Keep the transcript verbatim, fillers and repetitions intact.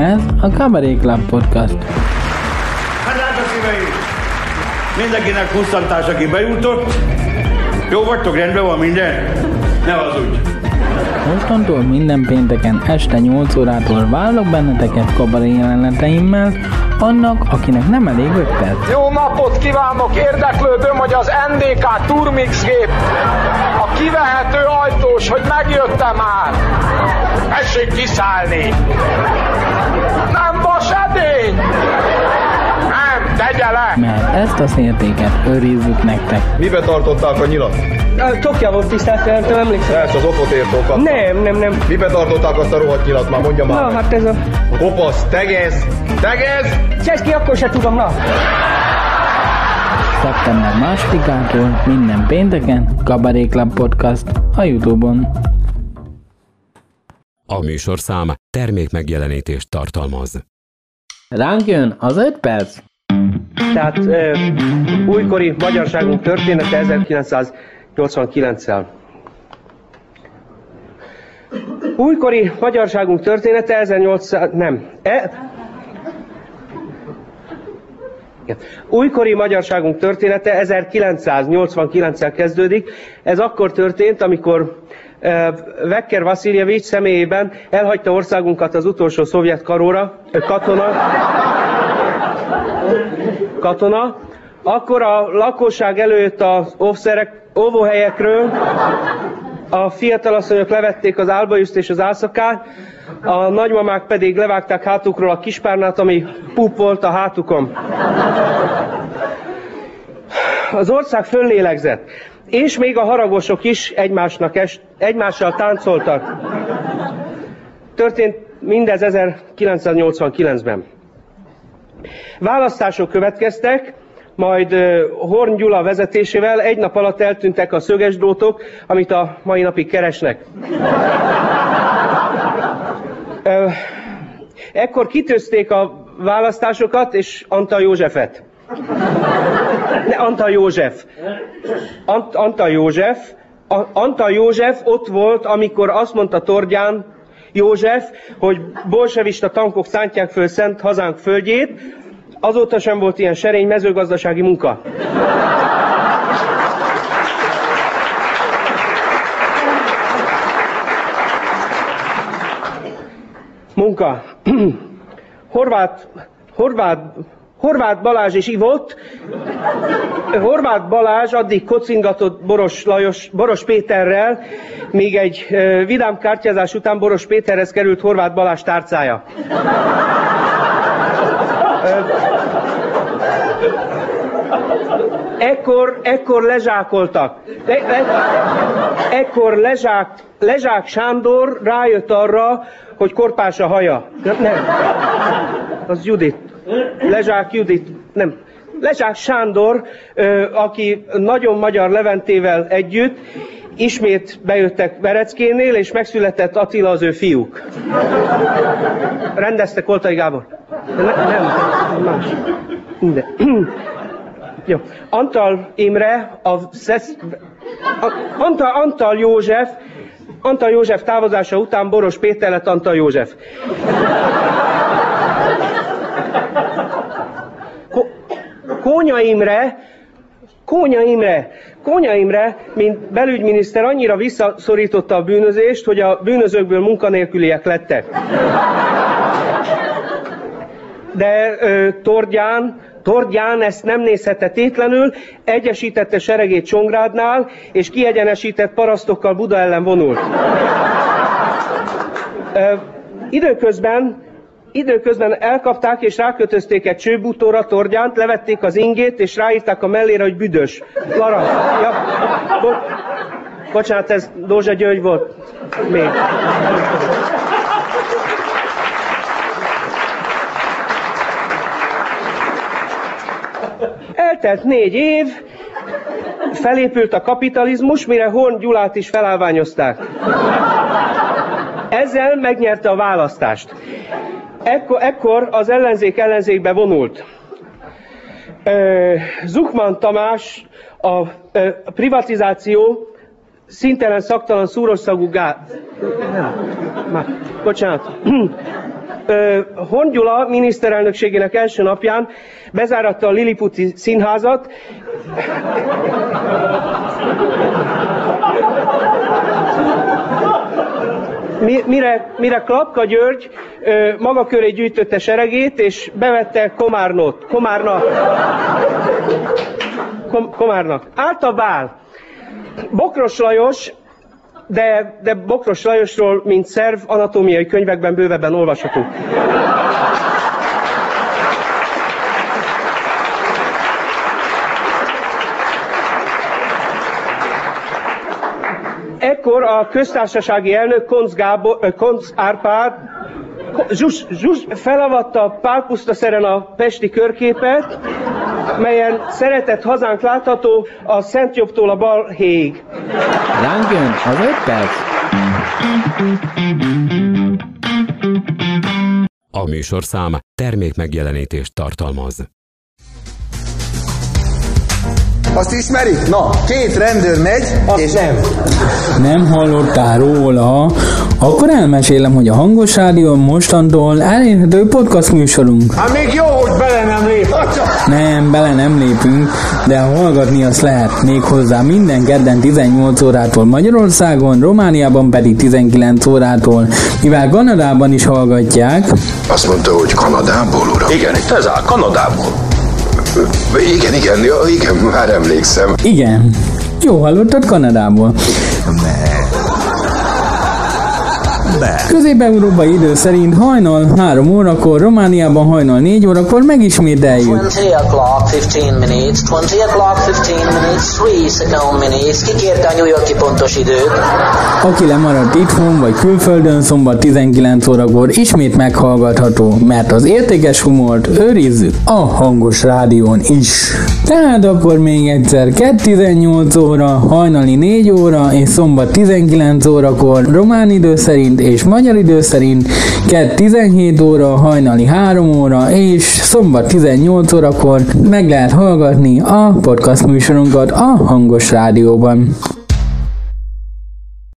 Ez a Cabaret Club Podcast. Hát drága szíveim! Mindenkinek pusztantás, aki bejutott. Jó vagytok, rendben van minden? Ne hazudj! Mostantól minden pénteken este nyolc órától várlak benneteket kabaré jeleneteimmel, annak, akinek nem elég öt perc. Jó napot kívánok! Érdeklődöm, hogy az en dé ká Turmix gép, a kivehető ajtós, hogy megjöttem már. Tessék kiszállni! Nem vas edény! Nem, tegye le! Mert ezt a szértéket őrizzük nektek. Mibe tartották a nyilat? A Tokja volt tiszteltem, emlékszem. Persze, az okotértól kaptam. Nem, nem, nem. Mibe tartották azt a rohadt nyilat? Már mondja már. Na, meg. hát ez a... Kopasz, tegez! Tegez! Cseszki, akkor se tudom, na. szeptember másodikától minden pénteken Cabaret Club Podcast a YouTube-on. A műsorszám termékmegjelenítést tartalmaz. Ránk jön az öt perc. Tehát ö, újkori magyarságunk története ezerkilencszáznyolcvankilenccel. Újkori magyarságunk története ezernyolcszáz... Nem. E... Újkori magyarságunk története ezerkilencszáznyolcvankilenccel kezdődik. Ez akkor történt, amikor Vekker Vasiljevics személyében elhagyta országunkat az utolsó szovjet karóra, katona, katona, akkor a lakosság előtt az óvszerek, óvóhelyekről a fiatalasszonyok levették az álbajuszt és az álszakát, a nagymamák pedig levágták hátukról a kispárnát, ami pup volt a hátukon. Az ország föllélegzett, és még a haragosok is egymásnak est, egymással táncoltak. Történt mindez ezerkilencszáznyolcvankilencben. Választások következtek, majd Horn Gyula vezetésével egy nap alatt eltűntek a szöges drótok, amit a mai napig keresnek. Ekkor kitőzték a választásokat, és Antal Józsefet. Ne, Antal József. Ant, Antal József. A, Antal József ott volt, amikor azt mondta Tordján József, hogy bolsevista tankok szántják föl szent hazánk földjét. Azóta sem volt ilyen serény mezőgazdasági munka. Munka. Horváth, Horváth, Horváth Balázs is ivott. Horváth Balázs addig kocingatott Boros, Lajos, Boros Péterrel, míg egy uh, vidám kártyázás után Boros Péterhez került Horváth Balázs tárcája. Ekkor, ekkor lezsákoltak. E, e, ekkor lezsák, Lezsák Sándor rájött arra, hogy korpás a haja. Nem, az Judit. Lezsák Judit, nem. Lezsák Sándor, aki nagyon magyar Leventével együtt, ismét bejöttek Vereckénél, és megszületett Attila az ő fiúk. Rendezte Koltai Gábor. Ne, nem, más. Minden. Jó. Antal Imre, a szesz... a, Antal, Antal József, Antal József távozása után Boros Péter lett Antal József. Ko, Kónya Imre, Kónya Imre, Kónya Imre, mint belügyminiszter annyira visszaszorította a bűnözést, hogy a bűnözőkből munkanélküliek lettek. De ö, Tordján, Tordján ezt nem nézhette tétlenül, egyesítette seregét Csongrádnál, és kiegyenesített parasztokkal Buda ellen vonult. Ö, időközben, időközben elkapták és rákötözték egy csőbútóra Tordjánt, levették az ingét, és ráírták a mellére, hogy büdös. Lara, ja, bo- bocsánat, ez Dózsa György volt még. Eltelt négy év, felépült a kapitalizmus, mire Horn Gyulát is felállványozták. Ezzel megnyerte a választást. Ekkor, ekkor az ellenzék ellenzékbe vonult. Zuchman Tamás a privatizáció szintelen, szaktalan, szúrosszagú gáz... Már, bocsánat. Horn Gyula miniszterelnökségének első napján bezáratta a Liliputi színházat. Mire, mire Klapka György maga köré gyűjtötte seregét, és bevette Komárnot. Komárnak. Kom, Komárnak. Állt a bál. Bokros Lajos, de, de Bokros Lajosról, mint szerv, anatómiai könyvekben bővebben olvasható. Ekkor a köztársasági elnök Koncz, Gábor, Koncz Árpád Zsus, Zsus felavatta Pálpusztaszeren a pesti körképet, melyen szeretett hazánk látható a Szentjobbtól a Balhéig. Ránk jön az öt perc. A műsorszám termékmegjelenítést tartalmaz. Azt ismerik? Na, két rendőr megy, azt és nem. Nem hallottál róla? Akkor elmesélem, hogy a Hangos Rádió mostantól elérhető podcast műsorunk. Hát még jó, hogy bele nem lép. Nem, bele nem lépünk, de hallgatni azt lehet még hozzá minden kedden tizennyolc órától Magyarországon, Romániában pedig tizenkilenc órától, mivel Kanadában is hallgatják. Azt mondta, hogy Kanadából, uram? Igen, itt ez áll, Kanadából. Igen, igen, igen, már emlékszem. Igen. Jó, hallottad Kanadából? Közép-európai idő szerint hajnal három órakor, Romániában hajnal négy órakor megismételjük. twenty o'clock fifteen minutes, twenty o'clock fifteen minutes, three second minutes. Kikérte a New Yorki pontos időt. Aki lemaradt itthon vagy külföldön, szombat tizenkilenc órakor ismét meghallgatható, mert az értékes humort őrizzük a Hangos Rádión is. Tehát akkor még egyszer, kedd tizennyolc óra, hajnali négy óra és szombat tizenkilenc órakor román idő szerint és magyar idő szerint, kedd tizenhét óra, hajnali három óra és szombat tizennyolc órakor meg lehet hallgatni a podcast műsorunkat a Hangos Rádióban.